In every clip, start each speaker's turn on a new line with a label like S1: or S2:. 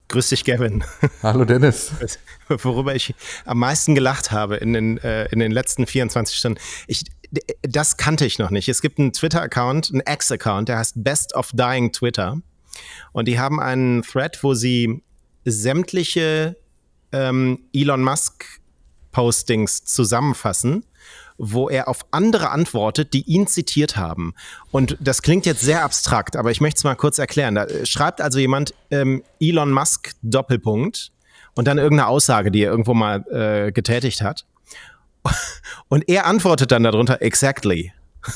S1: Grüß dich, Gavin.
S2: Hallo Dennis.
S1: Worüber ich am meisten gelacht habe in den letzten 24 Stunden. Das kannte ich noch nicht. Es gibt einen Twitter-Account, einen X-Account, der heißt Best of Dying Twitter. Und die haben einen Thread, wo sie sämtliche Elon Musk-Postings zusammenfassen, wo er auf andere antwortet, die ihn zitiert haben. Und das klingt jetzt sehr abstrakt, aber ich möchte es mal kurz erklären. Da schreibt also jemand Elon Musk Doppelpunkt und dann irgendeine Aussage, die er irgendwo mal getätigt hat. Und er antwortet dann darunter exactly.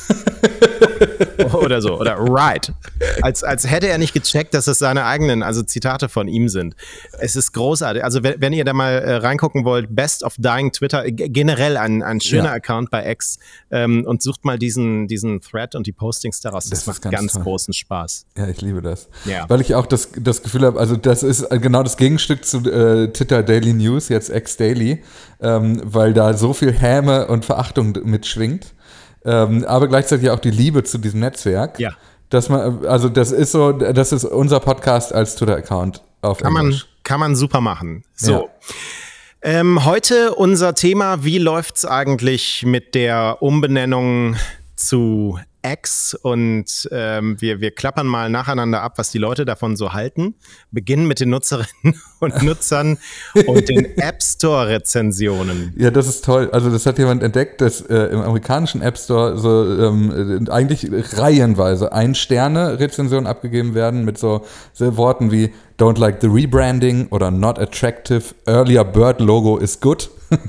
S1: Oder so, oder right. Als hätte er nicht gecheckt, dass es seine eigenen, also Zitate von ihm sind. Es ist großartig. Also wenn ihr da mal reingucken wollt, Best of Dying Twitter, generell ein schöner Account bei X, und sucht mal diesen Thread und die Postings daraus. Das macht ganz großen Spaß.
S2: Ja, ich liebe das.
S1: Ja.
S2: Weil ich auch das Gefühl habe, also das ist genau das Gegenstück zu Twitter Daily News, jetzt X Daily, weil da so viel Häme und Verachtung mitschwingt. Aber gleichzeitig auch die Liebe zu diesem Netzwerk.
S1: Ja.
S2: Dass man, also das ist unser Podcast als Twitter-Account auf Englisch.
S1: Kann man super machen. So. Ja. Heute unser Thema, wie läuft's eigentlich mit der Umbenennung zu X? Und wir klappern mal nacheinander ab, was die Leute davon so halten. Beginnen mit den Nutzerinnen und Nutzern und den App Store Rezensionen.
S2: Ja, das ist toll. Also das hat jemand entdeckt, dass im amerikanischen App Store so eigentlich reihenweise 1-Sterne-Rezensionen abgegeben werden mit so Worten wie Don't like the rebranding oder Not attractive, earlier bird logo is good.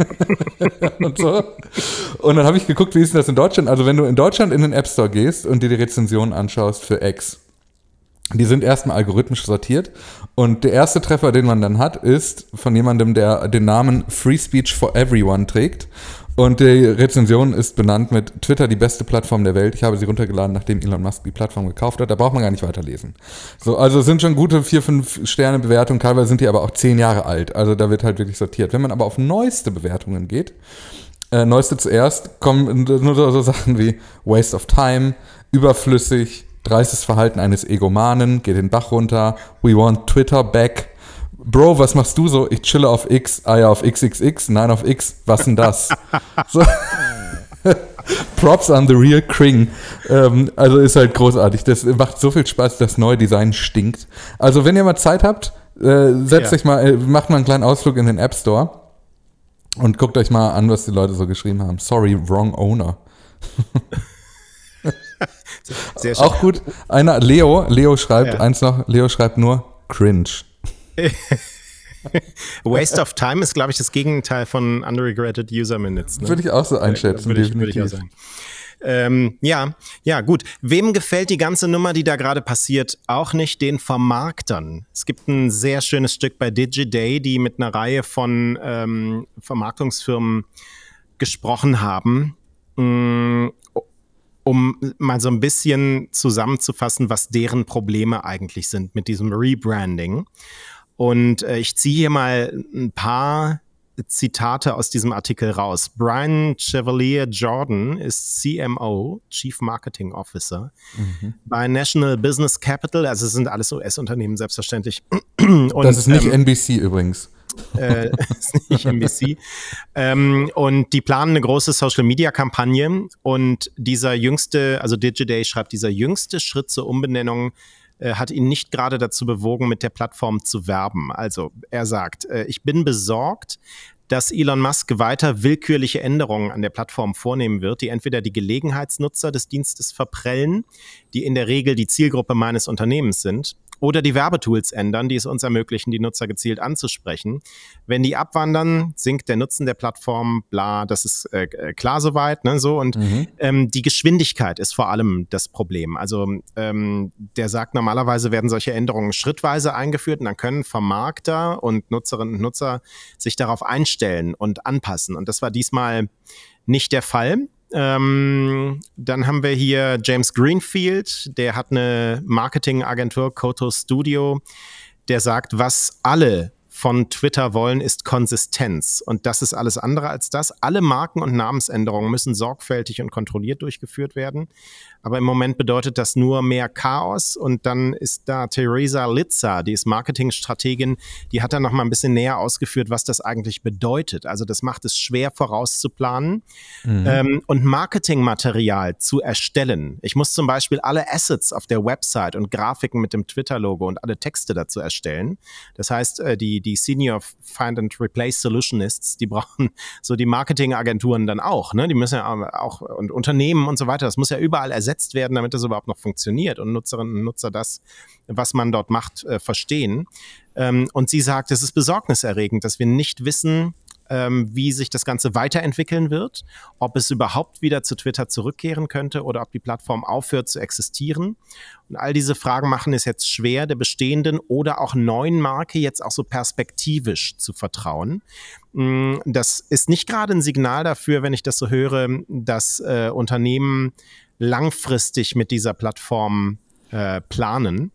S2: Und so. Und dann habe ich geguckt, wie ist denn das in Deutschland? Also wenn du in Deutschland in den App Store gehst und dir die Rezensionen anschaust für X, die sind erstmal algorithmisch sortiert und der erste Treffer, den man dann hat, ist von jemandem, der den Namen Free Speech for Everyone trägt. Und die Rezension ist benannt mit Twitter, die beste Plattform der Welt. Ich habe sie runtergeladen, nachdem Elon Musk die Plattform gekauft hat. Da braucht man gar nicht weiterlesen. So, also es sind schon gute 4-5 Sterne Bewertungen. Teilweise sind die aber auch 10 Jahre alt. Also da wird halt wirklich sortiert. Wenn man aber auf neueste Bewertungen geht, neueste zuerst, kommen nur so Sachen wie Waste of Time, überflüssig, dreistes Verhalten eines Egomanen, geht den Bach runter, we want Twitter back. Bro, was machst du so? Ich chille auf X. Ah ja, auf XXX? Nein, auf X. Was denn das? So. Props on the real Kring. Also ist halt großartig. Das macht so viel Spaß, das neue Design stinkt. Also wenn ihr mal Zeit habt, setzt euch mal, macht mal einen kleinen Ausflug in den App Store und guckt euch mal an, was die Leute so geschrieben haben. Sorry, wrong owner. Sehr schön. Auch gut. Leo schreibt eins noch, Leo schreibt nur cringe.
S1: Waste of Time ist, glaube ich, das Gegenteil von Underregretted User Minutes. Ne?
S2: Würde ich auch so einschätzen.
S1: Würde ich auch sagen. Ja, gut. Wem gefällt die ganze Nummer, die da gerade passiert? Auch nicht den Vermarktern. Es gibt ein sehr schönes Stück bei Digiday, die mit einer Reihe von Vermarktungsfirmen gesprochen haben, um mal so ein bisschen zusammenzufassen, was deren Probleme eigentlich sind mit diesem Rebranding. Und ich ziehe hier mal ein paar Zitate aus diesem Artikel raus. Brian Chevalier Jordan ist CMO, Chief Marketing Officer, bei National Business Capital. Also es sind alles US-Unternehmen, selbstverständlich. Und,
S2: das ist nicht NBC übrigens.
S1: Ist nicht NBC. Und die planen eine große Social-Media-Kampagne. Und dieser jüngste, also Digiday schreibt, dieser jüngste Schritt zur Umbenennung hat ihn nicht gerade dazu bewogen, mit der Plattform zu werben. Also er sagt, ich bin besorgt, dass Elon Musk weiter willkürliche Änderungen an der Plattform vornehmen wird, die entweder die Gelegenheitsnutzer des Dienstes verprellen, die in der Regel die Zielgruppe meines Unternehmens sind, oder die Werbetools ändern, die es uns ermöglichen, die Nutzer gezielt anzusprechen. Wenn die abwandern, sinkt der Nutzen der Plattform, bla, das ist klar soweit, ne, so. Und die Geschwindigkeit ist vor allem das Problem. Also der sagt, normalerweise werden solche Änderungen schrittweise eingeführt und dann können Vermarkter und Nutzerinnen und Nutzer sich darauf einstellen und anpassen. Und das war diesmal nicht der Fall. Dann haben wir hier James Greenfield, der hat eine Marketingagentur, Koto Studio, der sagt, was alle von Twitter wollen, ist Konsistenz. Und das ist alles andere als das. Alle Marken- und Namensänderungen müssen sorgfältig und kontrolliert durchgeführt werden. Aber im Moment bedeutet das nur mehr Chaos. Und dann ist da Theresa Litzer, die ist Marketingstrategin, die hat dann noch mal ein bisschen näher ausgeführt, was das eigentlich bedeutet. Also das macht es schwer vorauszuplanen und Marketingmaterial zu erstellen. Ich muss zum Beispiel alle Assets auf der Website und Grafiken mit dem Twitter-Logo und alle Texte dazu erstellen. Das heißt, die Senior Find and Replace Solutionists, die brauchen so die Marketingagenturen dann auch. Ne? Die müssen ja auch und Unternehmen und so weiter. Das muss ja überall ersetzt werden, damit das überhaupt noch funktioniert und Nutzerinnen und Nutzer das, was man dort macht, verstehen. Und sie sagt, es ist besorgniserregend, dass wir nicht wissen, wie sich das Ganze weiterentwickeln wird, ob es überhaupt wieder zu Twitter zurückkehren könnte oder ob die Plattform aufhört zu existieren. Und all diese Fragen machen es jetzt schwer, der bestehenden oder auch neuen Marke jetzt auch so perspektivisch zu vertrauen. Das ist nicht gerade ein Signal dafür, wenn ich das so höre, dass Unternehmen langfristig mit dieser Plattform planen.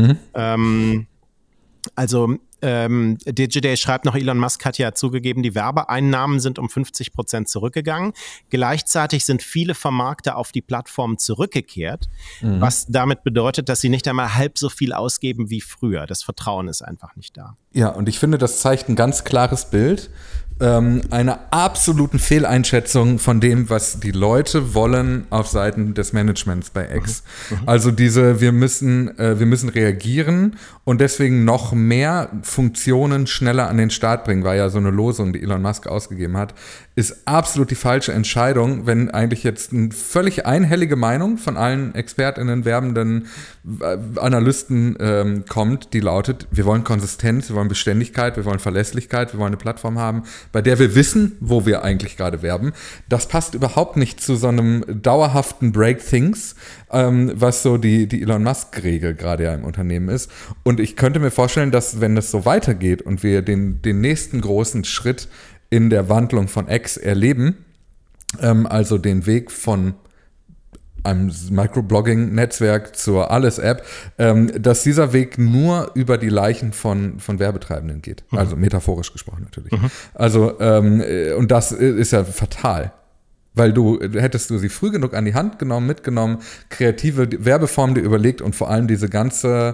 S1: Digiday schreibt noch, Elon Musk hat ja zugegeben, die Werbeeinnahmen sind um 50% zurückgegangen. Gleichzeitig sind viele Vermarkter auf die Plattform zurückgekehrt, was damit bedeutet, dass sie nicht einmal halb so viel ausgeben wie früher. Das Vertrauen ist einfach nicht da.
S2: Ja, und ich finde, das zeigt ein ganz klares Bild einer absoluten Fehleinschätzung von dem, was die Leute wollen auf Seiten des Managements bei X. Also wir müssen reagieren und deswegen noch mehr Funktionen schneller an den Start bringen, war ja so eine Losung, die Elon Musk ausgegeben hat, ist absolut die falsche Entscheidung, wenn eigentlich jetzt eine völlig einhellige Meinung von allen ExpertInnen, werbenden Analysten kommt, die lautet, wir wollen Konsistenz, wir wollen Beständigkeit, wir wollen Verlässlichkeit, wir wollen eine Plattform haben, bei der wir wissen, wo wir eigentlich gerade werben. Das passt überhaupt nicht zu so einem dauerhaften Break Things, was so die Elon Musk-Regel gerade ja im Unternehmen ist. Und ich könnte mir vorstellen, dass wenn das so weitergeht und wir den nächsten großen Schritt in der Wandlung von X erleben, also den Weg von einem Microblogging-Netzwerk zur Alles-App, dass dieser Weg nur über die Leichen von Werbetreibenden geht. Also metaphorisch gesprochen natürlich. Also, und das ist ja fatal. Weil hättest du sie früh genug an die Hand genommen, mitgenommen, kreative Werbeformen dir überlegt und vor allem dieses ganze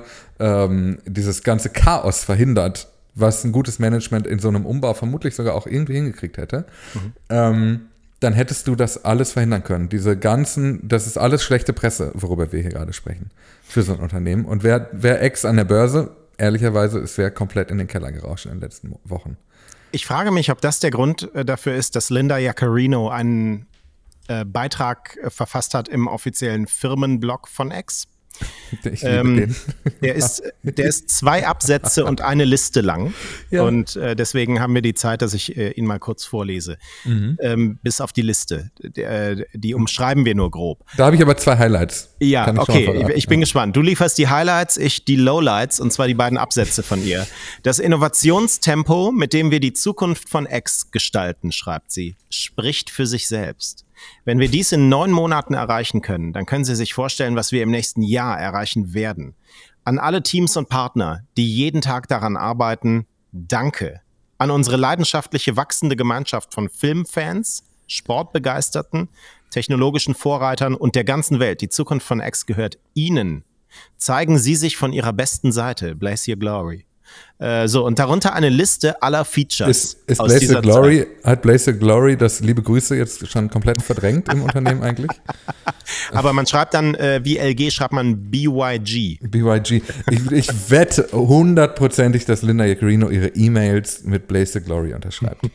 S2: Chaos verhindert, was ein gutes Management in so einem Umbau vermutlich sogar auch irgendwie hingekriegt hätte, dann hättest du das alles verhindern können. Das ist alles schlechte Presse, worüber wir hier gerade sprechen, für so ein Unternehmen. Und wer X an der Börse, ehrlicherweise, es wäre komplett in den Keller gerauscht in den letzten Wochen.
S1: Ich frage mich, ob das der Grund dafür ist, dass Linda Yaccarino einen Beitrag verfasst hat im offiziellen Firmenblog von X.
S2: Ich liebe den.
S1: Der ist 2 Absätze und eine Liste lang. Ja. Und deswegen haben wir die Zeit, dass ich ihn mal kurz vorlese. Bis auf die Liste. Die umschreiben wir nur grob.
S2: Da habe ich aber 2 Highlights.
S1: Ja, okay. Ich bin gespannt. Du lieferst die Highlights, ich die Lowlights, und zwar die beiden Absätze von ihr. Das Innovationstempo, mit dem wir die Zukunft von X gestalten, schreibt sie, spricht für sich selbst. Wenn wir dies in 9 Monaten erreichen können, dann können Sie sich vorstellen, was wir im nächsten Jahr erreichen werden. An alle Teams und Partner, die jeden Tag daran arbeiten, danke. An unsere leidenschaftliche wachsende Gemeinschaft von Filmfans, Sportbegeisterten, technologischen Vorreitern und der ganzen Welt. Die Zukunft von X gehört Ihnen. Zeigen Sie sich von Ihrer besten Seite. Blaze Your Glory. Und darunter eine Liste aller Features.
S2: Ist
S1: aus
S2: Blaze
S1: dieser
S2: Your Glory,
S1: Zeit.
S2: hat Blaze Your Glory das liebe Grüße jetzt schon komplett verdrängt im Unternehmen eigentlich?
S1: Aber man schreibt dann, wie LG schreibt man BYG.
S2: BYG. Ich wette 100%ig, dass Linda Yaccarino ihre E-Mails mit Blaze Your Glory unterschreibt.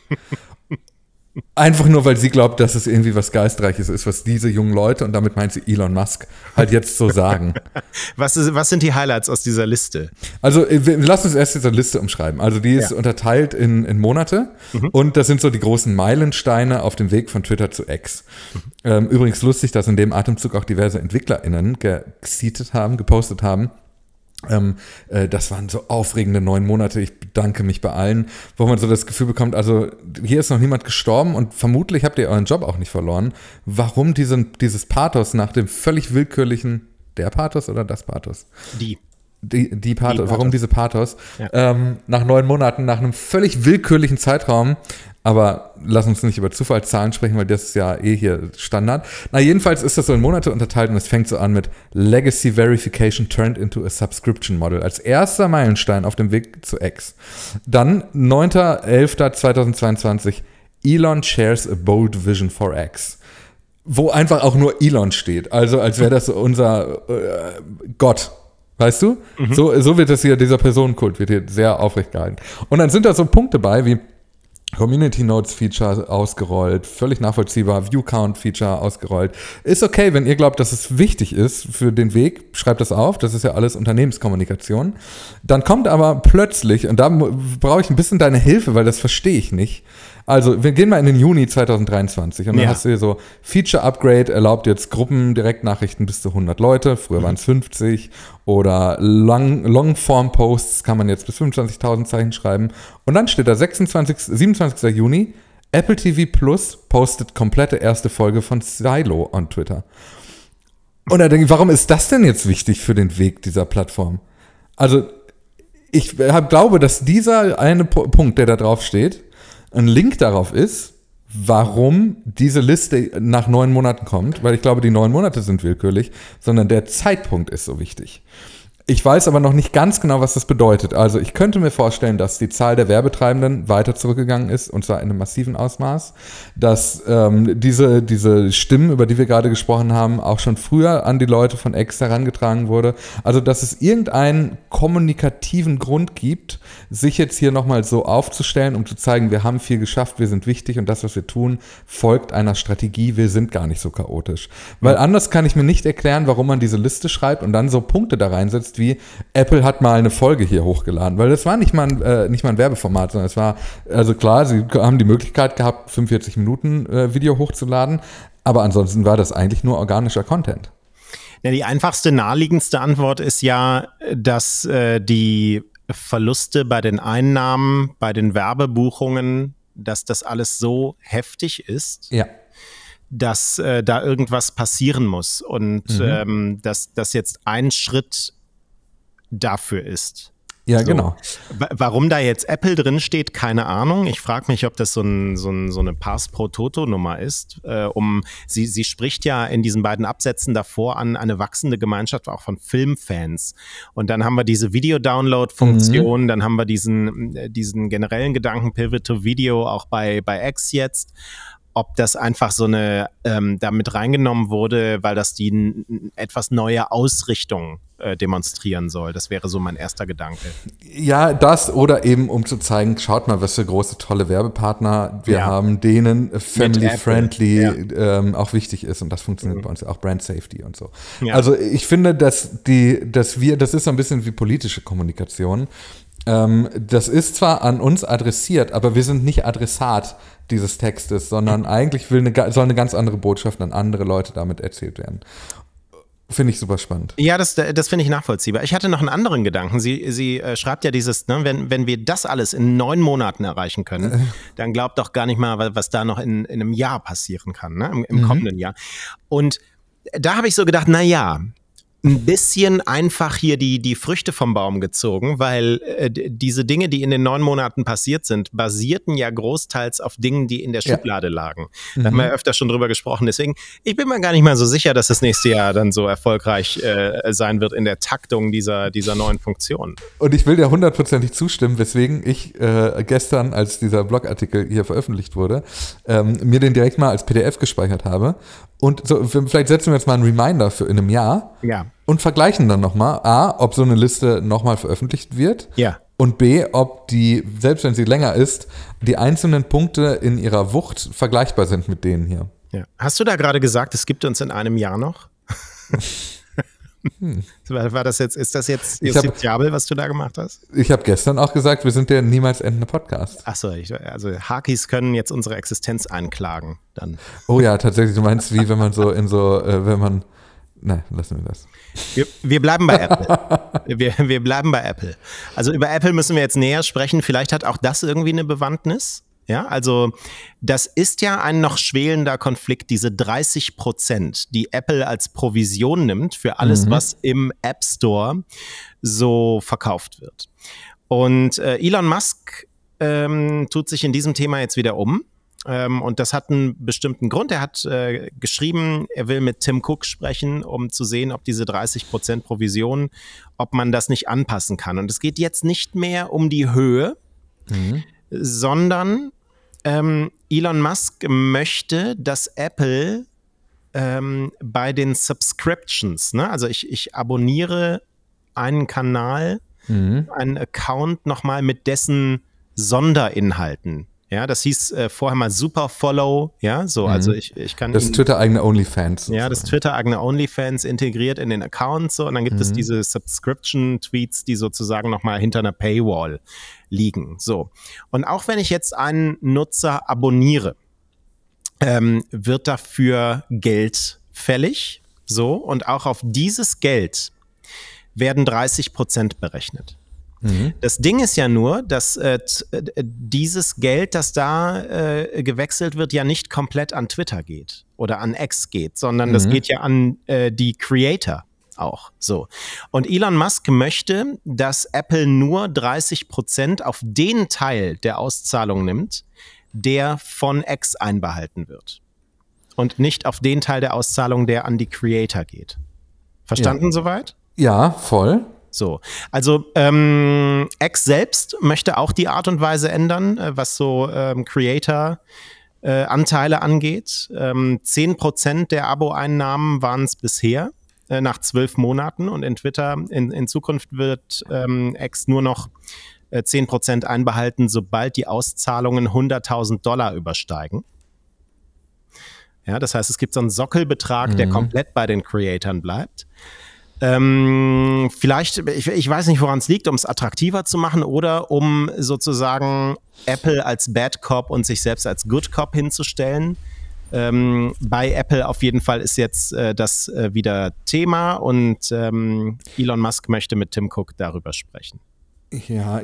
S2: Einfach nur, weil sie glaubt, dass es irgendwie was Geistreiches ist, was diese jungen Leute, und damit meint sie Elon Musk, halt jetzt so sagen.
S1: Was sind die Highlights aus dieser Liste?
S2: Also lass uns erst diese Liste umschreiben. Also die ist unterteilt in Monate und das sind so die großen Meilensteine auf dem Weg von Twitter zu X. Übrigens lustig, dass in dem Atemzug auch diverse EntwicklerInnen gepostet haben. Das waren so aufregende 9 Monate, ich bedanke mich bei allen, wo man so das Gefühl bekommt, also hier ist noch niemand gestorben und vermutlich habt ihr euren Job auch nicht verloren. Warum dieses Pathos nach dem völlig willkürlichen, der Pathos oder das Pathos? Warum diese Pathos? Ja. Nach 9 Monaten, nach einem völlig willkürlichen Zeitraum, aber lass uns nicht über Zufallszahlen sprechen, weil das ist ja hier Standard. Jedenfalls ist das so in Monate unterteilt und es fängt so an mit Legacy Verification turned into a Subscription Model als erster Meilenstein auf dem Weg zu X. Dann 9.11.2022 Elon shares a bold vision for X. Wo einfach auch nur Elon steht. Also als wäre das so unser Gott. Weißt du? Mhm. So wird das hier, dieser Personenkult wird hier sehr aufrecht gehalten. Und dann sind da so Punkte bei, wie Community Notes Feature ausgerollt, völlig nachvollziehbar, View Count Feature ausgerollt. Ist okay, wenn ihr glaubt, dass es wichtig ist für den Weg, schreibt das auf, das ist ja alles Unternehmenskommunikation. Dann kommt aber plötzlich, und da brauche ich ein bisschen deine Hilfe, weil das verstehe ich nicht. Also, wir gehen mal in den Juni 2023 und dann hast du hier so Feature Upgrade erlaubt jetzt Gruppendirektnachrichten bis zu 100 Leute, früher waren es 50 oder Longform-Posts kann man jetzt bis 25.000 Zeichen schreiben und dann steht da 27. Juni, Apple TV Plus postet komplette erste Folge von Silo on Twitter. Und da denke ich, warum ist das denn jetzt wichtig für den Weg dieser Plattform? Also, ich glaube, dass dieser eine Punkt, der da drauf steht, ein Link darauf ist, warum diese Liste nach 9 Monaten kommt, weil ich glaube, die 9 Monate sind willkürlich, sondern der Zeitpunkt ist so wichtig. Ich weiß aber noch nicht ganz genau, was das bedeutet. Also ich könnte mir vorstellen, dass die Zahl der Werbetreibenden weiter zurückgegangen ist, und zwar in einem massiven Ausmaß, dass diese Stimmen, über die wir gerade gesprochen haben, auch schon früher an die Leute von X herangetragen wurde. Also dass es irgendeinen kommunikativen Grund gibt, sich jetzt hier nochmal so aufzustellen, um zu zeigen, wir haben viel geschafft, wir sind wichtig und das, was wir tun, folgt einer Strategie, wir sind gar nicht so chaotisch. Weil anders kann ich mir nicht erklären, warum man diese Liste schreibt und dann so Punkte da reinsetzt, wie Apple hat mal eine Folge hier hochgeladen, weil das war nicht mal ein Werbeformat, sondern es war, also klar, sie haben die Möglichkeit gehabt, 45 Minuten Video hochzuladen, aber ansonsten war das eigentlich nur organischer Content.
S1: Ja, die einfachste, naheliegendste Antwort ist ja, dass die Verluste bei den Einnahmen, bei den Werbebuchungen, dass das alles so heftig ist, dass da irgendwas passieren muss und dass das jetzt ein Schritt dafür ist.
S2: Ja, so. Genau.
S1: Warum da jetzt Apple drin steht, keine Ahnung. Ich frage mich, ob das so eine Pass pro Toto-Nummer ist. Sie spricht ja in diesen beiden Absätzen davor an eine wachsende Gemeinschaft auch von Filmfans. Und dann haben wir diese Video-Download-Funktion, dann haben wir diesen generellen Gedanken Pivot to Video auch bei X jetzt. Ob das einfach so eine damit reingenommen wurde, weil das die etwas neue Ausrichtung demonstrieren soll. Das wäre so mein erster Gedanke.
S2: Ja, das oder eben um zu zeigen, schaut mal, was für große, tolle Werbepartner wir haben, denen family-friendly auch wichtig ist und das funktioniert bei uns auch Brand Safety und so. Ja. Also ich finde, das ist so ein bisschen wie politische Kommunikation. Das ist zwar an uns adressiert, aber wir sind nicht Adressat dieses Textes, sondern eigentlich soll eine ganz andere Botschaft an andere Leute damit erzählt werden. Finde ich super spannend.
S1: Ja, das finde ich nachvollziehbar. Ich hatte noch einen anderen Gedanken. Sie schreibt ja dieses, ne, wenn wir das alles in 9 Monaten erreichen können, dann glaubt doch gar nicht mal, was da noch in einem Jahr passieren kann, ne, im kommenden Jahr. Und da habe ich so gedacht, naja, ein bisschen einfach hier die Früchte vom Baum gezogen, weil diese Dinge, die in den 9 Monaten passiert sind, basierten ja großteils auf Dingen, die in der Schublade lagen. Da haben wir ja öfter schon drüber gesprochen. Deswegen, ich bin mir gar nicht mal so sicher, dass das nächste Jahr dann so erfolgreich sein wird in der Taktung dieser neuen Funktion.
S2: Und ich will dir 100%ig zustimmen, weswegen ich gestern, als dieser Blogartikel hier veröffentlicht wurde, mir den direkt mal als PDF gespeichert habe. Und so, vielleicht setzen wir jetzt mal einen Reminder für in einem Jahr und vergleichen dann nochmal, A, ob so eine Liste nochmal veröffentlicht wird und B, ob die, selbst wenn sie länger ist, die einzelnen Punkte in ihrer Wucht vergleichbar sind mit denen hier.
S1: Ja. Hast du da gerade gesagt, es gibt uns in einem Jahr noch? Ist das jetzt justiziabel, was du da gemacht hast?
S2: Ich habe gestern auch gesagt, wir sind der niemals endende Podcast.
S1: Achso, also Hakis können jetzt unsere Existenz einklagen dann.
S2: Oh ja, tatsächlich, du meinst wie, wenn man so nein, lassen wir das.
S1: Wir bleiben bei Apple. Wir bleiben bei Apple. Also über Apple müssen wir jetzt näher sprechen. Vielleicht hat auch das irgendwie eine Bewandtnis Ja, also das ist ja ein noch schwelender Konflikt, diese 30%, die Apple als Provision nimmt für alles, was im App Store so verkauft wird. Und Elon Musk tut sich in diesem Thema jetzt wieder um. Und das hat einen bestimmten Grund. Er hat geschrieben, er will mit Tim Cook sprechen, um zu sehen, ob diese 30% Provision, ob man das nicht anpassen kann. Und es geht jetzt nicht mehr um die Höhe, sondern Elon Musk möchte, dass Apple bei den Subscriptions, ne, also ich abonniere einen Kanal, einen Account nochmal mit dessen Sonderinhalten. Ja, das hieß vorher mal Super Follow, ja, so, also ich kann.
S2: Das Twitter-eigene OnlyFans.
S1: Ja, das Twitter-eigene OnlyFans integriert in den Account, so, und dann gibt es diese Subscription-Tweets, die sozusagen nochmal hinter einer Paywall liegen, so. Und auch wenn ich jetzt einen Nutzer abonniere, wird dafür Geld fällig, so, und auch auf dieses Geld werden 30% berechnet. Das Ding ist ja nur, dass dieses Geld, das da gewechselt wird, ja nicht komplett an Twitter geht oder an X geht, sondern das geht ja an die Creator auch. So. Und Elon Musk möchte, dass Apple nur 30% auf den Teil der Auszahlung nimmt, der von X einbehalten wird. Und nicht auf den Teil der Auszahlung, der an die Creator geht. Verstanden soweit?
S2: Ja, voll.
S1: So, also X selbst möchte auch die Art und Weise ändern, was so Creator-Anteile angeht. 10% der Abo-Einnahmen waren es bisher nach 12 Monaten, und in Twitter in Zukunft wird X nur noch 10% einbehalten, sobald die Auszahlungen $100.000 übersteigen. Ja, das heißt, es gibt so einen Sockelbetrag, der komplett bei den Creatoren bleibt. Vielleicht, ich weiß nicht, woran es liegt, um es attraktiver zu machen oder um sozusagen Apple als Bad Cop und sich selbst als Good Cop hinzustellen. Bei Apple auf jeden Fall ist jetzt das wieder Thema, und Elon Musk möchte mit Tim Cook darüber sprechen.
S2: Ja,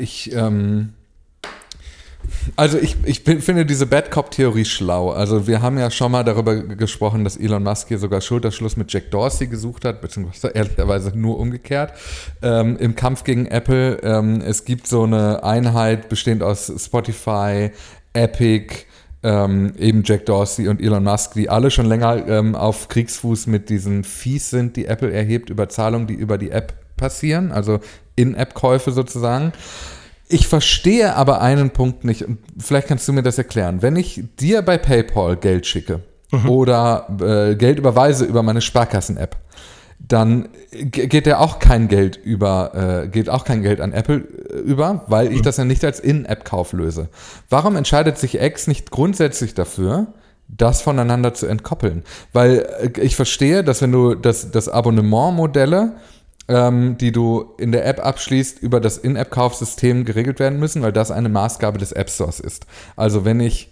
S2: ich finde diese Bad Cop-Theorie schlau. Also wir haben ja schon mal darüber gesprochen, dass Elon Musk hier sogar Schulterschluss mit Jack Dorsey gesucht hat, beziehungsweise ehrlicherweise nur umgekehrt, im Kampf gegen Apple. Es gibt so eine Einheit bestehend aus Spotify, Epic, eben Jack Dorsey und Elon Musk, die alle schon länger auf Kriegsfuß mit diesen Fees sind, die Apple erhebt über Zahlungen, die über die App passieren, also In-App-Käufe sozusagen. Ich verstehe aber einen Punkt nicht, und vielleicht kannst du mir das erklären. Wenn ich dir bei PayPal Geld schicke oder Geld überweise über meine Sparkassen-App, dann geht auch kein Geld an Apple über, weil ich das ja nicht als In-App-Kauf löse. Warum entscheidet sich X nicht grundsätzlich dafür, das voneinander zu entkoppeln? Weil ich verstehe, dass wenn du das Abonnementmodelle, die du in der App abschließt, über das In-App-Kaufsystem geregelt werden müssen, weil das eine Maßgabe des App Stores ist. Also wenn ich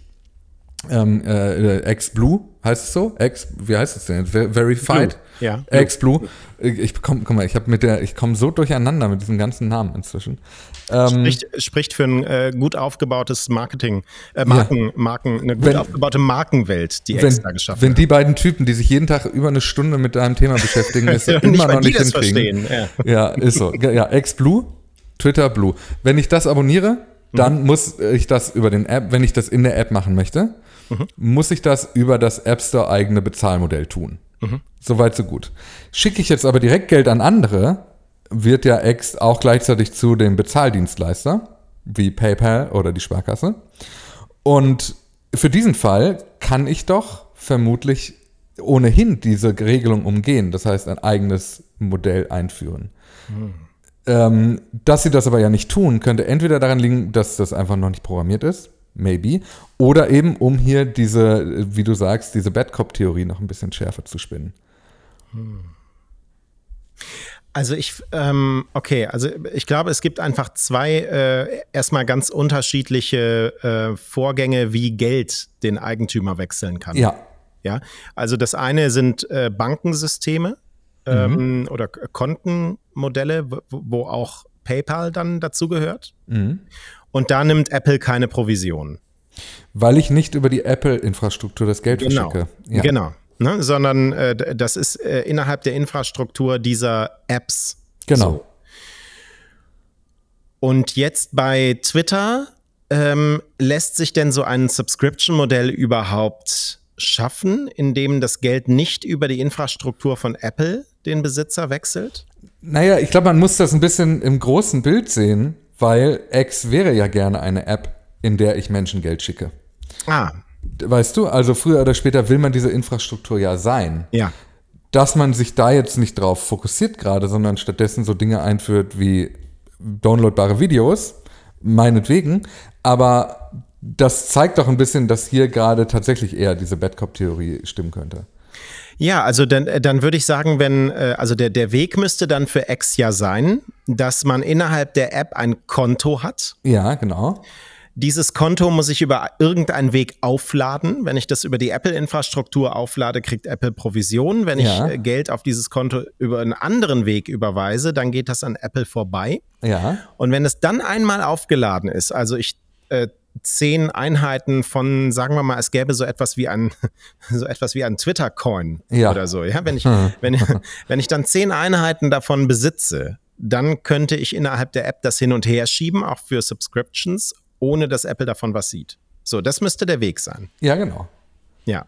S2: XBlue, heißt es so? Wie heißt es denn? Verified?
S1: Blue. Ja.
S2: XBlue. Ich komme so durcheinander mit diesen ganzen Namen inzwischen.
S1: Spricht für ein gut aufgebautes Marketing, eine gut aufgebaute Markenwelt, die X da geschaffen hat.
S2: Wenn die beiden Typen, die sich jeden Tag über eine Stunde mit deinem Thema beschäftigen, es immer noch nicht hinkriegen. Ja, ist so. Ja, XBlue, Twitter Blue. Wenn ich das abonniere, dann muss ich das über den App, wenn ich das in der App machen möchte, muss ich das über das App Store eigene Bezahlmodell tun. Soweit, so gut. Schicke ich jetzt aber direkt Geld an andere, wird ja X auch gleichzeitig zu dem Bezahldienstleister, wie PayPal oder die Sparkasse. Und für diesen Fall kann ich doch vermutlich ohnehin diese Regelung umgehen, das heißt ein eigenes Modell einführen. Dass sie das aber ja nicht tun, könnte entweder daran liegen, dass das einfach noch nicht programmiert ist, maybe, oder eben um hier diese, wie du sagst, diese Bad Cop-Theorie noch ein bisschen schärfer zu spinnen.
S1: Also ich glaube, es gibt einfach zwei erstmal ganz unterschiedliche Vorgänge, wie Geld den Eigentümer wechseln kann.
S2: Ja.
S1: Ja, also das eine sind Bankensysteme oder Kontenmodelle, wo auch PayPal dann dazu gehört. Und da nimmt Apple keine Provision.
S2: Weil ich nicht über die Apple-Infrastruktur das Geld verschicke.
S1: Ja. Genau. Ne? Sondern das ist innerhalb der Infrastruktur dieser Apps.
S2: Genau.
S1: So. Und jetzt bei Twitter lässt sich denn so ein Subscription-Modell überhaupt schaffen, in dem das Geld nicht über die Infrastruktur von Apple den Besitzer wechselt?
S2: Naja, ich glaube, man muss das ein bisschen im großen Bild sehen, weil X wäre ja gerne eine App, in der ich Menschen Geld schicke. Weißt du, also früher oder später will man diese Infrastruktur ja sein.
S1: Ja.
S2: Dass man sich da jetzt nicht drauf fokussiert gerade, sondern stattdessen so Dinge einführt wie downloadbare Videos, meinetwegen, aber das zeigt doch ein bisschen, dass hier gerade tatsächlich eher diese Bad Cop-Theorie stimmen könnte.
S1: Ja, also dann würde ich sagen, also der Weg müsste dann für X ja sein, dass man innerhalb der App ein Konto hat.
S2: Ja, genau.
S1: Dieses Konto muss ich über irgendeinen Weg aufladen. Wenn ich das über die Apple-Infrastruktur auflade, kriegt Apple Provision. Wenn ich Geld auf dieses Konto über einen anderen Weg überweise, dann geht das an Apple vorbei.
S2: Ja.
S1: Und wenn es dann einmal aufgeladen ist, also ich 10 Einheiten von, sagen wir mal, es gäbe so etwas wie ein Twitter-Coin oder so. Ja? Wenn ich dann 10 Einheiten davon besitze, dann könnte ich innerhalb der App das hin und her schieben, auch für Subscriptions, ohne dass Apple davon was sieht. So, das müsste der Weg sein.
S2: Ja, genau.
S1: Ja.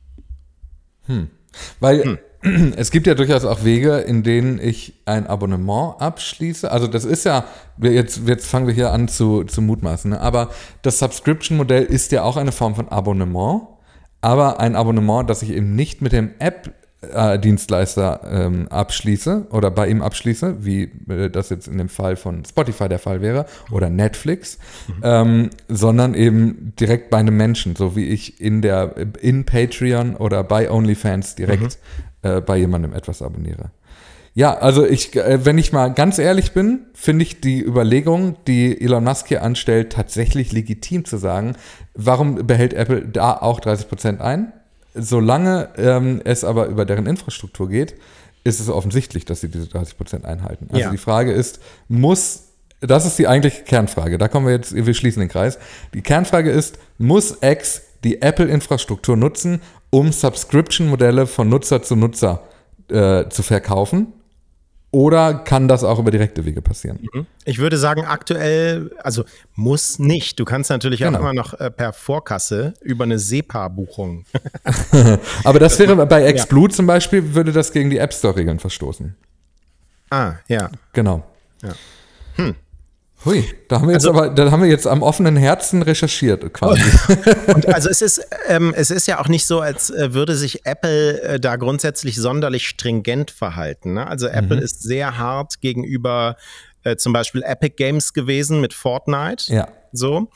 S2: Weil es gibt ja durchaus auch Wege, in denen ich ein Abonnement abschließe. Also das ist ja, jetzt fangen wir hier an zu mutmaßen, ne? Aber das Subscription-Modell ist ja auch eine Form von Abonnement, aber ein Abonnement, das ich eben nicht mit dem App-Dienstleister abschließe oder bei ihm abschließe, wie das jetzt in dem Fall von Spotify der Fall wäre oder Netflix, sondern eben direkt bei einem Menschen, so wie ich in Patreon oder bei OnlyFans direkt bei jemandem etwas abonniere. Ja, also wenn ich mal ganz ehrlich bin, finde ich die Überlegung, die Elon Musk hier anstellt, tatsächlich legitim zu sagen, warum behält Apple da auch 30% ein? Solange es aber über deren Infrastruktur geht, ist es offensichtlich, dass sie diese 30% einhalten. Also die Frage ist, das ist die eigentliche Kernfrage, wir schließen den Kreis. Die Kernfrage ist, muss X die Apple-Infrastruktur nutzen, um Subscription-Modelle von Nutzer zu Nutzer zu verkaufen? Oder kann das auch über direkte Wege passieren?
S1: Ich würde sagen, aktuell, also muss nicht. Du kannst natürlich auch immer noch per Vorkasse über eine SEPA-Buchung.
S2: Aber das wäre bei XBlue zum Beispiel, würde das gegen die App Store-Regeln verstoßen.
S1: Ja.
S2: Genau. Ja. Hui, da haben wir jetzt am offenen Herzen recherchiert quasi.
S1: Und also es ist ja auch nicht so, als würde sich Apple da grundsätzlich sonderlich stringent verhalten. Ne? Also Apple ist sehr hart gegenüber zum Beispiel Epic Games gewesen mit Fortnite.
S2: Ja.
S1: So.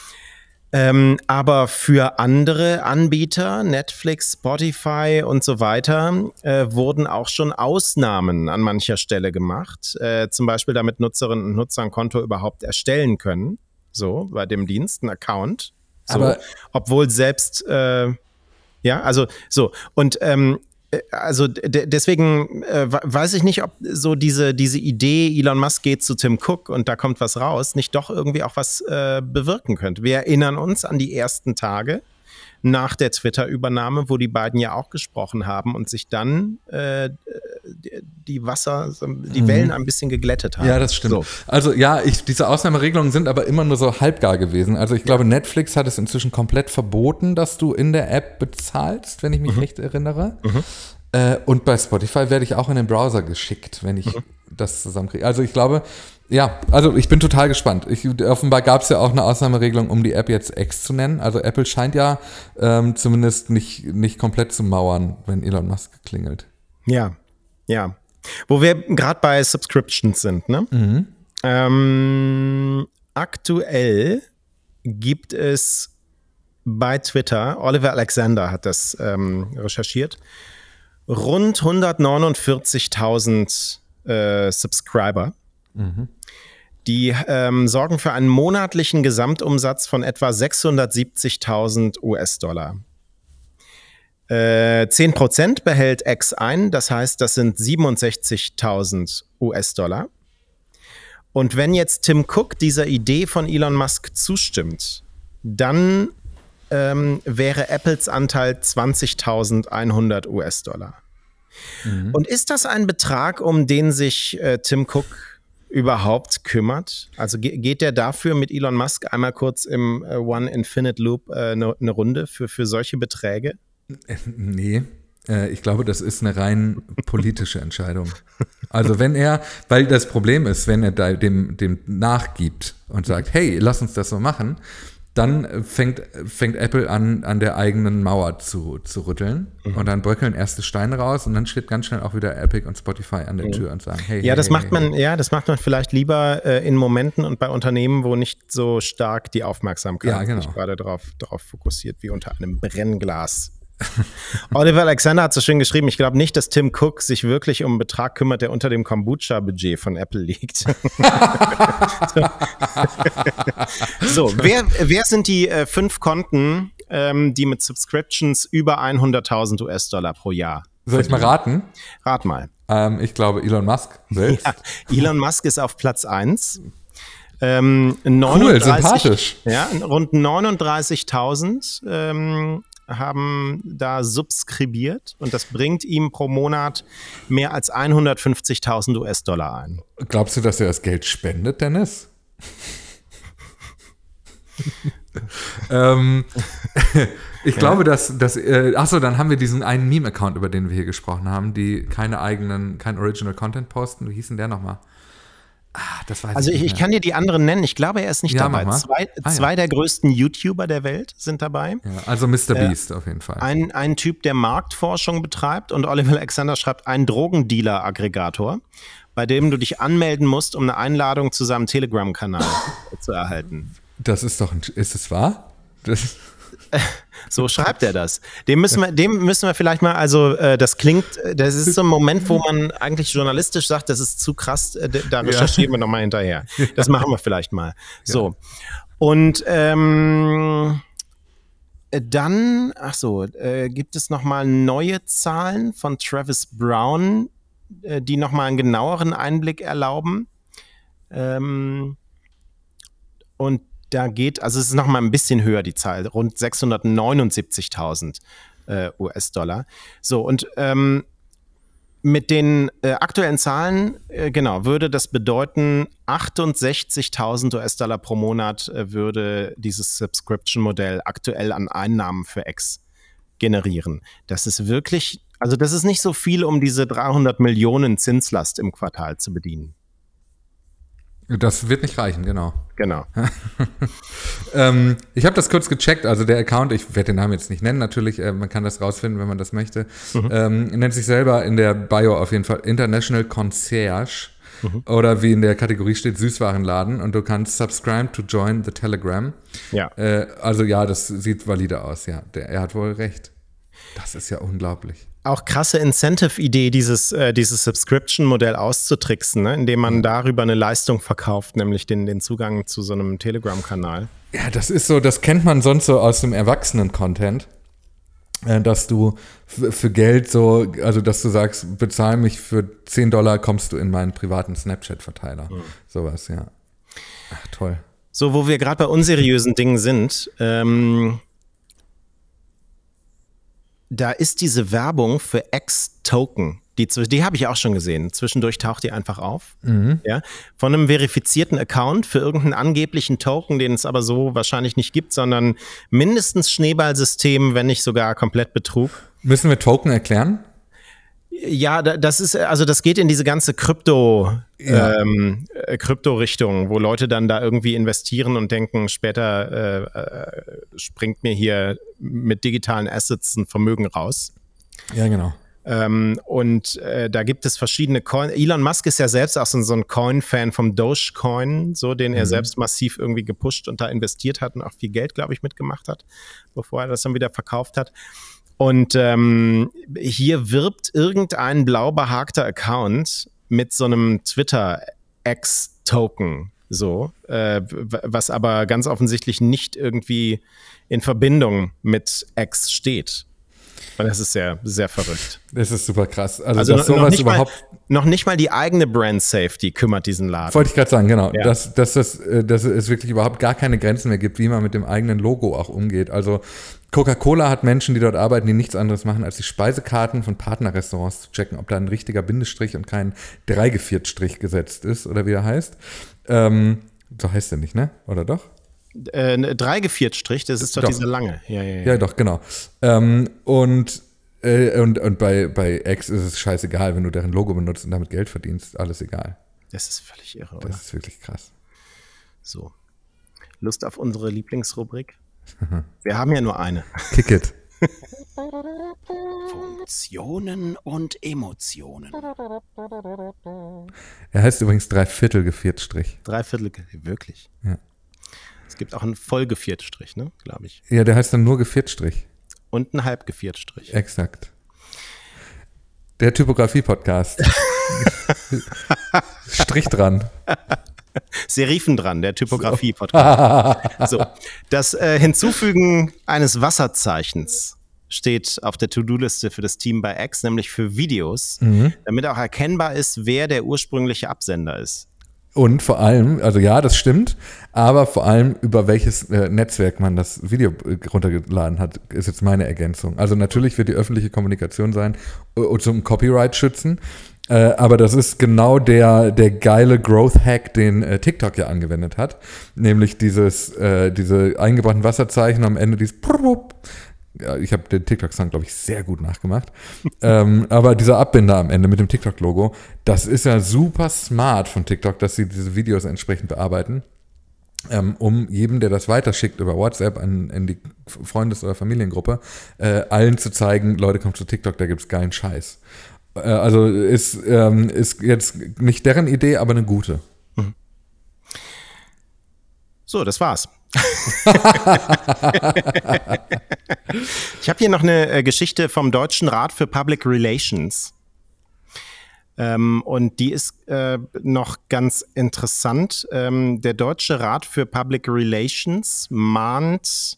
S1: Aber für andere Anbieter, Netflix, Spotify und so weiter, wurden auch schon Ausnahmen an mancher Stelle gemacht. Zum Beispiel, damit Nutzerinnen und Nutzer ein Konto überhaupt erstellen können. So, bei dem Dienst, ein Account. So, aber obwohl selbst, Und deswegen weiß ich nicht, ob so diese Idee, Elon Musk geht zu Tim Cook und da kommt was raus, nicht doch irgendwie auch was bewirken könnte. Wir erinnern uns an die ersten Tage nach der Twitter-Übernahme, wo die beiden ja auch gesprochen haben und sich dann die Wellen ein bisschen geglättet haben.
S2: Ja, das stimmt. So. Also diese Ausnahmeregelungen sind aber immer nur so halbgar gewesen. Also ich glaube, Netflix hat es inzwischen komplett verboten, dass du in der App bezahlst, wenn ich mich recht erinnere. Und bei Spotify werde ich auch in den Browser geschickt, wenn ich das zusammenkriege. Also ich glaube, ich bin total gespannt. Offenbar gab es ja auch eine Ausnahmeregelung, um die App jetzt X zu nennen. Also Apple scheint ja zumindest nicht komplett zu mauern, wenn Elon Musk klingelt.
S1: Ja. Wo wir gerade bei Subscriptions sind, ne? Aktuell gibt es bei Twitter, Oliver Alexander hat das recherchiert, rund 149.000 Subscriber. Die sorgen für einen monatlichen Gesamtumsatz von etwa 670.000 US-Dollar. 10% behält X ein, das heißt, das sind 67.000 US-Dollar. Und wenn jetzt Tim Cook dieser Idee von Elon Musk zustimmt, dann wäre Apples Anteil 20.100 US-Dollar. Und ist das ein Betrag, um den sich Tim Cook überhaupt kümmert? Also geht der dafür mit Elon Musk einmal kurz im One Infinite Loop eine Runde für solche Beträge?
S2: Nee. Ich glaube, das ist eine rein politische Entscheidung. Also weil das Problem ist, wenn er da dem nachgibt und sagt, hey, lass uns das so machen, dann fängt Apple an der eigenen Mauer zu rütteln und dann bröckeln erste Steine raus und dann steht ganz schnell auch wieder Epic und Spotify an der Tür und sagen, hey,
S1: ja, das macht man vielleicht lieber in Momenten und bei Unternehmen, wo nicht so stark die Aufmerksamkeit sich gerade darauf fokussiert wie unter einem Brennglas. Oliver Alexander hat so schön geschrieben, ich glaube nicht, dass Tim Cook sich wirklich um einen Betrag kümmert, der unter dem Kombucha-Budget von Apple liegt. So, wer sind die 5 Konten, die mit Subscriptions über 100.000 US-Dollar pro Jahr?
S2: Soll ich mal raten?
S1: Rat mal.
S2: Ich glaube Elon Musk selbst.
S1: Ja, Elon Musk ist auf Platz 1.
S2: Cool, sympathisch.
S1: Ja, rund 39.000 haben da subskribiert und das bringt ihm pro Monat mehr als 150.000 US-Dollar ein.
S2: Glaubst du, dass er das Geld spendet, Dennis? Ich glaube, dass dann haben wir diesen einen Meme-Account, über den wir hier gesprochen haben, die kein Original Content posten. Wie hieß denn der nochmal? Das weiß
S1: also
S2: ich nicht
S1: ich kann dir die anderen nennen. Ich glaube, er ist nicht dabei. Zwei der größten YouTuber der Welt sind dabei.
S2: Ja, also Mr. Beast auf jeden Fall.
S1: Ein Typ, der Marktforschung betreibt und Oliver Alexander schreibt, ein Drogendealer-Aggregator, bei dem du dich anmelden musst, um eine Einladung zu seinem Telegram-Kanal zu erhalten.
S2: Das ist es wahr?
S1: So schreibt er das. Dem müssen wir vielleicht mal, also das ist so ein Moment, wo man eigentlich journalistisch sagt, das ist zu krass, da recherchieren wir nochmal hinterher. Das machen wir vielleicht mal. So. Und dann, gibt es nochmal neue Zahlen von Travis Brown, die nochmal einen genaueren Einblick erlauben. Und da es ist noch mal ein bisschen höher, die Zahl, rund 679.000 US-Dollar. So, und mit den aktuellen Zahlen, würde das bedeuten, 68.000 US-Dollar pro Monat würde dieses Subscription-Modell aktuell an Einnahmen für X generieren. Das ist wirklich, also das ist nicht so viel, um diese 300 Millionen Zinslast im Quartal zu bedienen.
S2: Das wird nicht reichen, genau.
S1: Genau.
S2: Ich habe das kurz gecheckt, also der Account, ich werde den Namen jetzt nicht nennen, natürlich, man kann das rausfinden, wenn man das möchte, nennt sich selber in der Bio auf jeden Fall International Concierge oder wie in der Kategorie steht, Süßwarenladen und du kannst subscribe to join the Telegram.
S1: Ja.
S2: Das sieht valide aus, ja. Er hat wohl recht. Das ist ja unglaublich.
S1: Auch krasse Incentive-Idee, dieses Subscription-Modell auszutricksen, ne? Indem man darüber eine Leistung verkauft, nämlich den Zugang zu so einem Telegram-Kanal.
S2: Ja, das ist so, das kennt man sonst so aus dem Erwachsenen-Content, dass du für Geld dass du sagst, bezahl mich für $10, kommst du in meinen privaten Snapchat-Verteiler. Sowas, ja. Ach, toll.
S1: So, wo wir gerade bei unseriösen Dingen sind, da ist diese Werbung für X-Token, die habe ich auch schon gesehen. Zwischendurch taucht die einfach auf. Ja, von einem verifizierten Account für irgendeinen angeblichen Token, den es aber so wahrscheinlich nicht gibt, sondern mindestens Schneeballsystem, wenn nicht sogar komplett Betrug.
S2: Müssen wir Token erklären?
S1: Ja, das geht in diese ganze Krypto-Richtung, wo Leute dann da irgendwie investieren und denken, später springt mir hier mit digitalen Assets ein Vermögen raus.
S2: Ja, genau.
S1: Da gibt es verschiedene Coins. Elon Musk ist ja selbst auch so ein Coin-Fan vom Dogecoin, den er selbst massiv irgendwie gepusht und da investiert hat und auch viel Geld, glaube ich, mitgemacht hat, bevor er das dann wieder verkauft hat. Und hier wirbt irgendein blau behagter Account mit so einem Twitter-X-Token, was aber ganz offensichtlich nicht irgendwie in Verbindung mit X steht. Und das ist sehr, sehr verrückt.
S2: Das ist super krass. Also
S1: noch
S2: dass sowas
S1: nicht
S2: überhaupt.
S1: Noch nicht mal die eigene Brand Safety kümmert diesen Laden.
S2: Wollte ich gerade sagen, genau.
S1: Ja.
S2: Dass es wirklich überhaupt gar keine Grenzen mehr gibt, wie man mit dem eigenen Logo auch umgeht. Also Coca-Cola hat Menschen, die dort arbeiten, die nichts anderes machen, als die Speisekarten von Partnerrestaurants zu checken, ob da ein richtiger Bindestrich und kein 3-Geviertstrich gesetzt ist oder wie der heißt. So heißt der nicht, ne? Oder doch?
S1: 3-Geviertstrich, das ist doch dieser lange.
S2: Ja, doch, genau. Und bei X ist es scheißegal, wenn du deren Logo benutzt und damit Geld verdienst, alles egal.
S1: Das ist völlig irre, oder?
S2: Das ist wirklich krass.
S1: So. Lust auf unsere Lieblingsrubrik? Wir haben ja nur eine.
S2: Kick it.
S1: Funktionen und Emotionen.
S2: Er heißt übrigens 3/4-Geviertstrich.
S1: 3/4, wirklich?
S2: Ja.
S1: Es gibt auch einen Vollgeviertstrich, ne, glaube ich.
S2: Ja, der heißt dann nur Geviertstrich.
S1: Und einen Halbgeviertstrich.
S2: Exakt. Der Typografie-Podcast. Strich dran.
S1: Serifen dran, der Typografie-Podcast. So. Das Hinzufügen eines Wasserzeichens steht auf der To-Do-Liste für das Team bei X, nämlich für Videos, damit auch erkennbar ist, wer der ursprüngliche Absender ist.
S2: Und vor allem, also ja, das stimmt, aber vor allem über welches Netzwerk man das Video runtergeladen hat, ist jetzt meine Ergänzung. Also natürlich wird die öffentliche Kommunikation sein, zum Copyright schützen, aber das ist genau der geile Growth-Hack, den TikTok ja angewendet hat, nämlich diese eingebauten Wasserzeichen am Ende dieses ja, ich habe den TikTok-Song, glaube ich, sehr gut nachgemacht. Aber dieser Abbinder am Ende mit dem TikTok-Logo, das ist ja super smart von TikTok, dass sie diese Videos entsprechend bearbeiten, um jedem, der das weiterschickt über WhatsApp in die Freundes- oder Familiengruppe, allen zu zeigen, Leute, kommt zu TikTok, da gibt's geilen Scheiß. Also ist jetzt nicht deren Idee, aber eine gute.
S1: So, das war's. Ich habe hier noch eine Geschichte vom Deutschen Rat für Public Relations. Und die ist noch ganz interessant. Der Deutsche Rat für Public Relations mahnt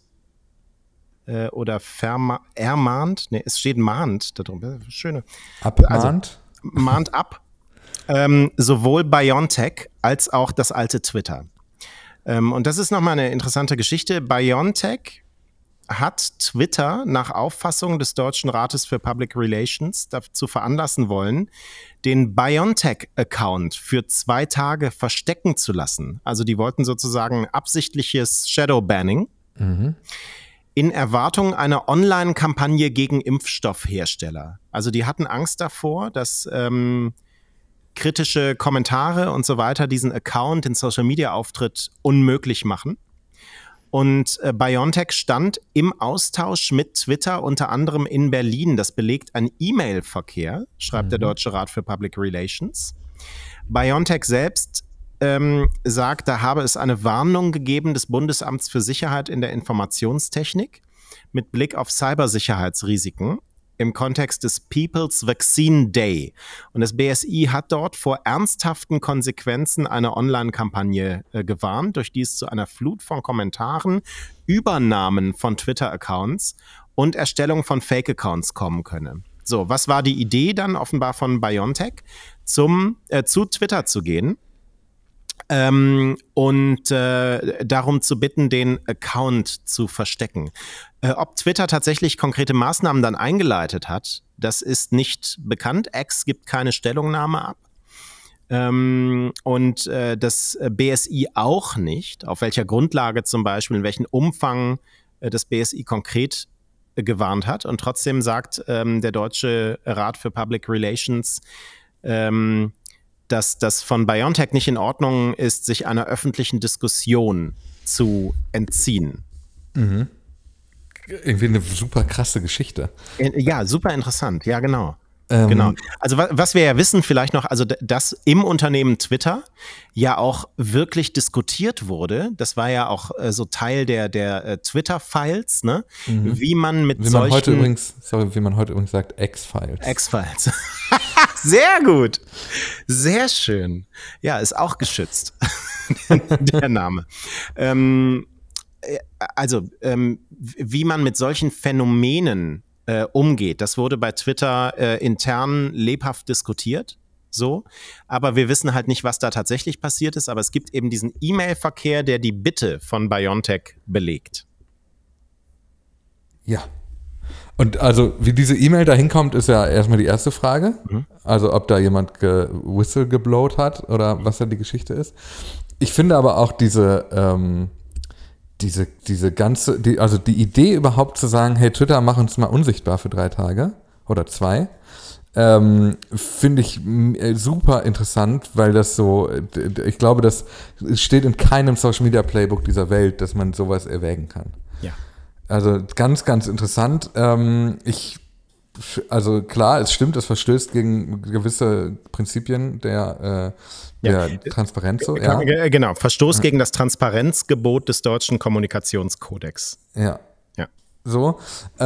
S1: ermahnt, ne, es steht mahnt da drum. Schöne.
S2: Abmahnt?
S1: Also, mahnt ab. Sowohl BioNTech als auch das alte Twitter. Und das ist nochmal eine interessante Geschichte. BioNTech hat Twitter nach Auffassung des Deutschen Rates für Public Relations dazu veranlassen wollen, den BioNTech-Account für 2 Tage verstecken zu lassen. Also die wollten sozusagen absichtliches Shadowbanning in Erwartung einer Online-Kampagne gegen Impfstoffhersteller. Also die hatten Angst davor, dass kritische Kommentare und so weiter diesen Account, den Social-Media-Auftritt unmöglich machen. Und BioNTech stand im Austausch mit Twitter unter anderem in Berlin. Das belegt ein E-Mail-Verkehr, schreibt der Deutsche Rat für Public Relations. BioNTech selbst sagt, da habe es eine Warnung gegeben des Bundesamts für Sicherheit in der Informationstechnik mit Blick auf Cybersicherheitsrisiken im Kontext des People's Vaccine Day. Und das BSI hat dort vor ernsthaften Konsequenzen einer Online-Kampagne gewarnt, durch die es zu einer Flut von Kommentaren, Übernahmen von Twitter-Accounts und Erstellung von Fake-Accounts kommen könne. So, was war die Idee dann offenbar von BioNTech? Zu Twitter zu gehen und darum zu bitten, den Account zu verstecken. Ob Twitter tatsächlich konkrete Maßnahmen dann eingeleitet hat, das ist nicht bekannt. X gibt keine Stellungnahme ab. Und das BSI auch nicht. Auf welcher Grundlage zum Beispiel, in welchem Umfang das BSI konkret gewarnt hat. Und trotzdem sagt der Deutsche Rat für Public Relations, dass das von BioNTech nicht in Ordnung ist, sich einer öffentlichen Diskussion zu entziehen.
S2: Irgendwie eine super krasse Geschichte.
S1: Ja, super interessant. Ja, genau. Genau. Also was wir ja wissen vielleicht noch, also dass im Unternehmen Twitter ja auch wirklich diskutiert wurde, das war ja auch so Teil der Twitter-Files, ne? Wie man mit solchen...
S2: wie man heute übrigens sagt, X-Files.
S1: X-Files. Sehr gut. Sehr schön. Ja, ist auch geschützt. Der Name. Wie man mit solchen Phänomenen umgeht. Das wurde bei Twitter intern lebhaft diskutiert. So, aber wir wissen halt nicht, was da tatsächlich passiert ist, aber es gibt eben diesen E-Mail-Verkehr, der die Bitte von BioNTech belegt.
S2: Ja. Und also, wie diese E-Mail da hinkommt, ist ja erstmal die erste Frage. Also, ob da jemand whistlegeblowt hat oder was da die Geschichte ist. Ich finde aber auch diese ganze, die Idee überhaupt zu sagen, hey, Twitter, mach uns mal unsichtbar für 3 Tage oder 2, finde ich super interessant, weil das so, ich glaube, das steht in keinem Social Media Playbook dieser Welt, dass man sowas erwägen kann.
S1: Ja.
S2: Also ganz, ganz interessant. Also klar, es stimmt, es verstößt gegen gewisse Prinzipien der Transparenz. So, ja.
S1: Genau, Verstoß gegen das Transparenzgebot des deutschen Kommunikationskodex.
S2: Ja.
S1: Ja.
S2: So.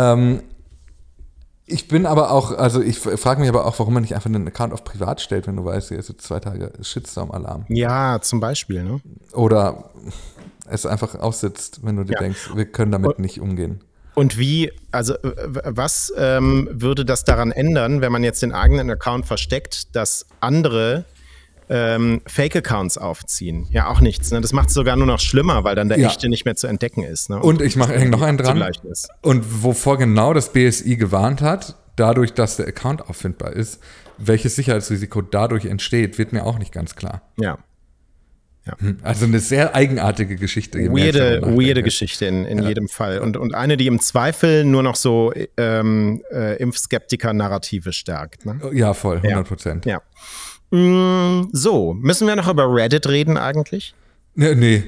S2: Ich bin aber auch, also ich frage mich aber auch, warum man nicht einfach einen Account auf privat stellt, wenn du weißt, hier ist jetzt 2 Tage Shitstorm-Alarm.
S1: Ja, zum Beispiel, ne?
S2: Oder es einfach aussitzt, wenn du dir denkst, wir können damit nicht umgehen.
S1: Und was würde das daran ändern, wenn man jetzt den eigenen Account versteckt, dass andere Fake-Accounts aufziehen? Ja, auch nichts. Ne? Das macht es sogar nur noch schlimmer, weil dann der echte nicht mehr zu entdecken ist. Ne?
S2: Und ich hänge noch einen dran. Und wovor genau das BSI gewarnt hat, dadurch, dass der Account auffindbar ist, welches Sicherheitsrisiko dadurch entsteht, wird mir auch nicht ganz klar.
S1: Ja.
S2: Also eine sehr eigenartige Geschichte.
S1: Weirde Geschichte in jedem Fall. Und eine, die im Zweifel nur noch so Impfskeptiker-Narrative stärkt. Ne?
S2: Ja, voll, 100%.
S1: Ja. So, müssen wir noch über Reddit reden eigentlich?
S2: Nee.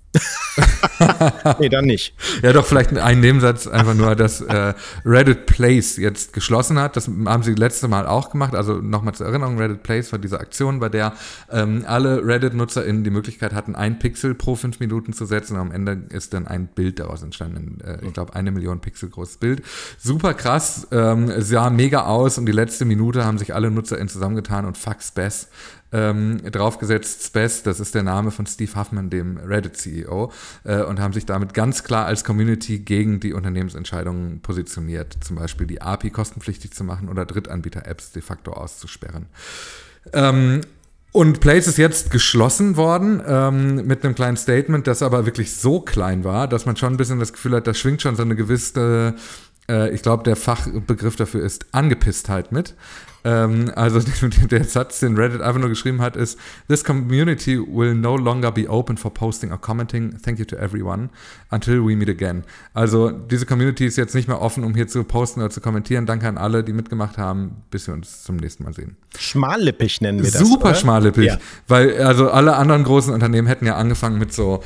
S1: Nee, dann nicht.
S2: Ja, doch, vielleicht ein Nebensatz einfach nur, dass Reddit Plays jetzt geschlossen hat. Das haben sie letzte Mal auch gemacht. Also nochmal zur Erinnerung, Reddit Plays war diese Aktion, bei der alle Reddit-NutzerInnen die Möglichkeit hatten, 1 Pixel pro 5 Minuten zu setzen. Und am Ende ist dann ein Bild daraus entstanden. Ich glaube, 1 Million Pixel großes Bild. Super krass. Es sah mega aus und die letzte Minute haben sich alle NutzerInnen zusammengetan und fuck Spaz draufgesetzt. Spaz, das ist der Name von Steve Huffman, dem Reddit-CEO, und haben sich damit ganz klar als Community gegen die Unternehmensentscheidungen positioniert, zum Beispiel die API kostenpflichtig zu machen oder Drittanbieter-Apps de facto auszusperren. Und Plays ist jetzt geschlossen worden mit einem kleinen Statement, das aber wirklich so klein war, dass man schon ein bisschen das Gefühl hat, da schwingt schon so eine gewisse, ich glaube, der Fachbegriff dafür ist Angepisstheit mit. Also der Satz, den Reddit einfach nur geschrieben hat, ist: This community will no longer be open for posting or commenting. Thank you to everyone until we meet again. Also diese Community ist jetzt nicht mehr offen, um hier zu posten oder zu kommentieren. Danke an alle, die mitgemacht haben, bis wir uns zum nächsten Mal sehen.
S1: Schmallippig nennen wir das.
S2: Super schmallippig, weil also alle anderen großen Unternehmen hätten ja angefangen mit so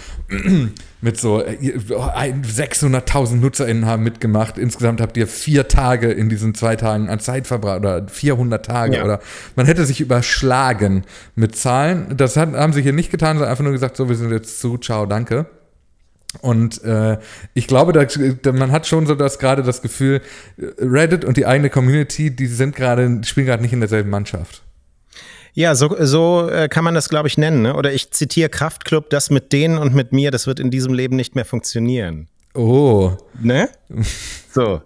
S2: 600.000 NutzerInnen haben mitgemacht. Insgesamt habt ihr 4 Tage in diesen 2 Tagen an Zeit verbracht oder 400 Tage oder man hätte sich überschlagen mit Zahlen. Das haben sie hier nicht getan, sondern einfach nur gesagt, so, wir sind jetzt zu, ciao, danke. Und ich glaube, man hat schon so gerade das Gefühl, Reddit und die eigene Community, die spielen gerade nicht in derselben Mannschaft.
S1: Ja, so kann man das, glaube ich, nennen. Ne? Oder ich zitiere Kraftklub, das mit denen und mit mir, das wird in diesem Leben nicht mehr funktionieren.
S2: Oh.
S1: Ne? So.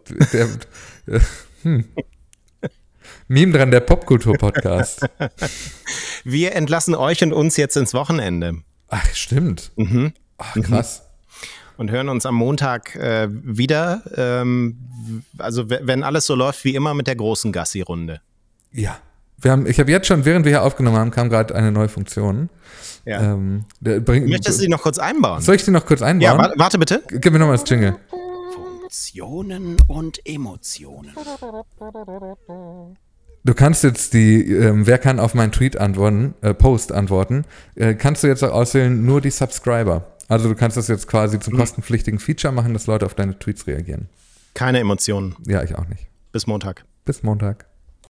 S2: Meme dran, der Popkultur-Podcast.
S1: Wir entlassen euch und uns jetzt ins Wochenende.
S2: Ach, stimmt. Ach, krass.
S1: Und hören uns am Montag wieder. Also wenn alles so läuft wie immer mit der großen Gassi-Runde.
S2: Ja. Ich habe jetzt schon, während wir hier aufgenommen haben, kam gerade eine neue Funktion.
S1: Ja. Möchtest du die noch kurz einbauen?
S2: Soll ich die noch kurz einbauen?
S1: Ja, warte bitte.
S2: Gib mir nochmal das Jingle.
S1: Funktionen und Emotionen.
S2: Du kannst jetzt wer kann auf meinen Post antworten, kannst du jetzt auch auswählen, nur die Subscriber. Also du kannst das jetzt quasi zum kostenpflichtigen Feature machen, dass Leute auf deine Tweets reagieren.
S1: Keine Emotionen.
S2: Ja, ich auch nicht.
S1: Bis Montag.
S2: Bis Montag.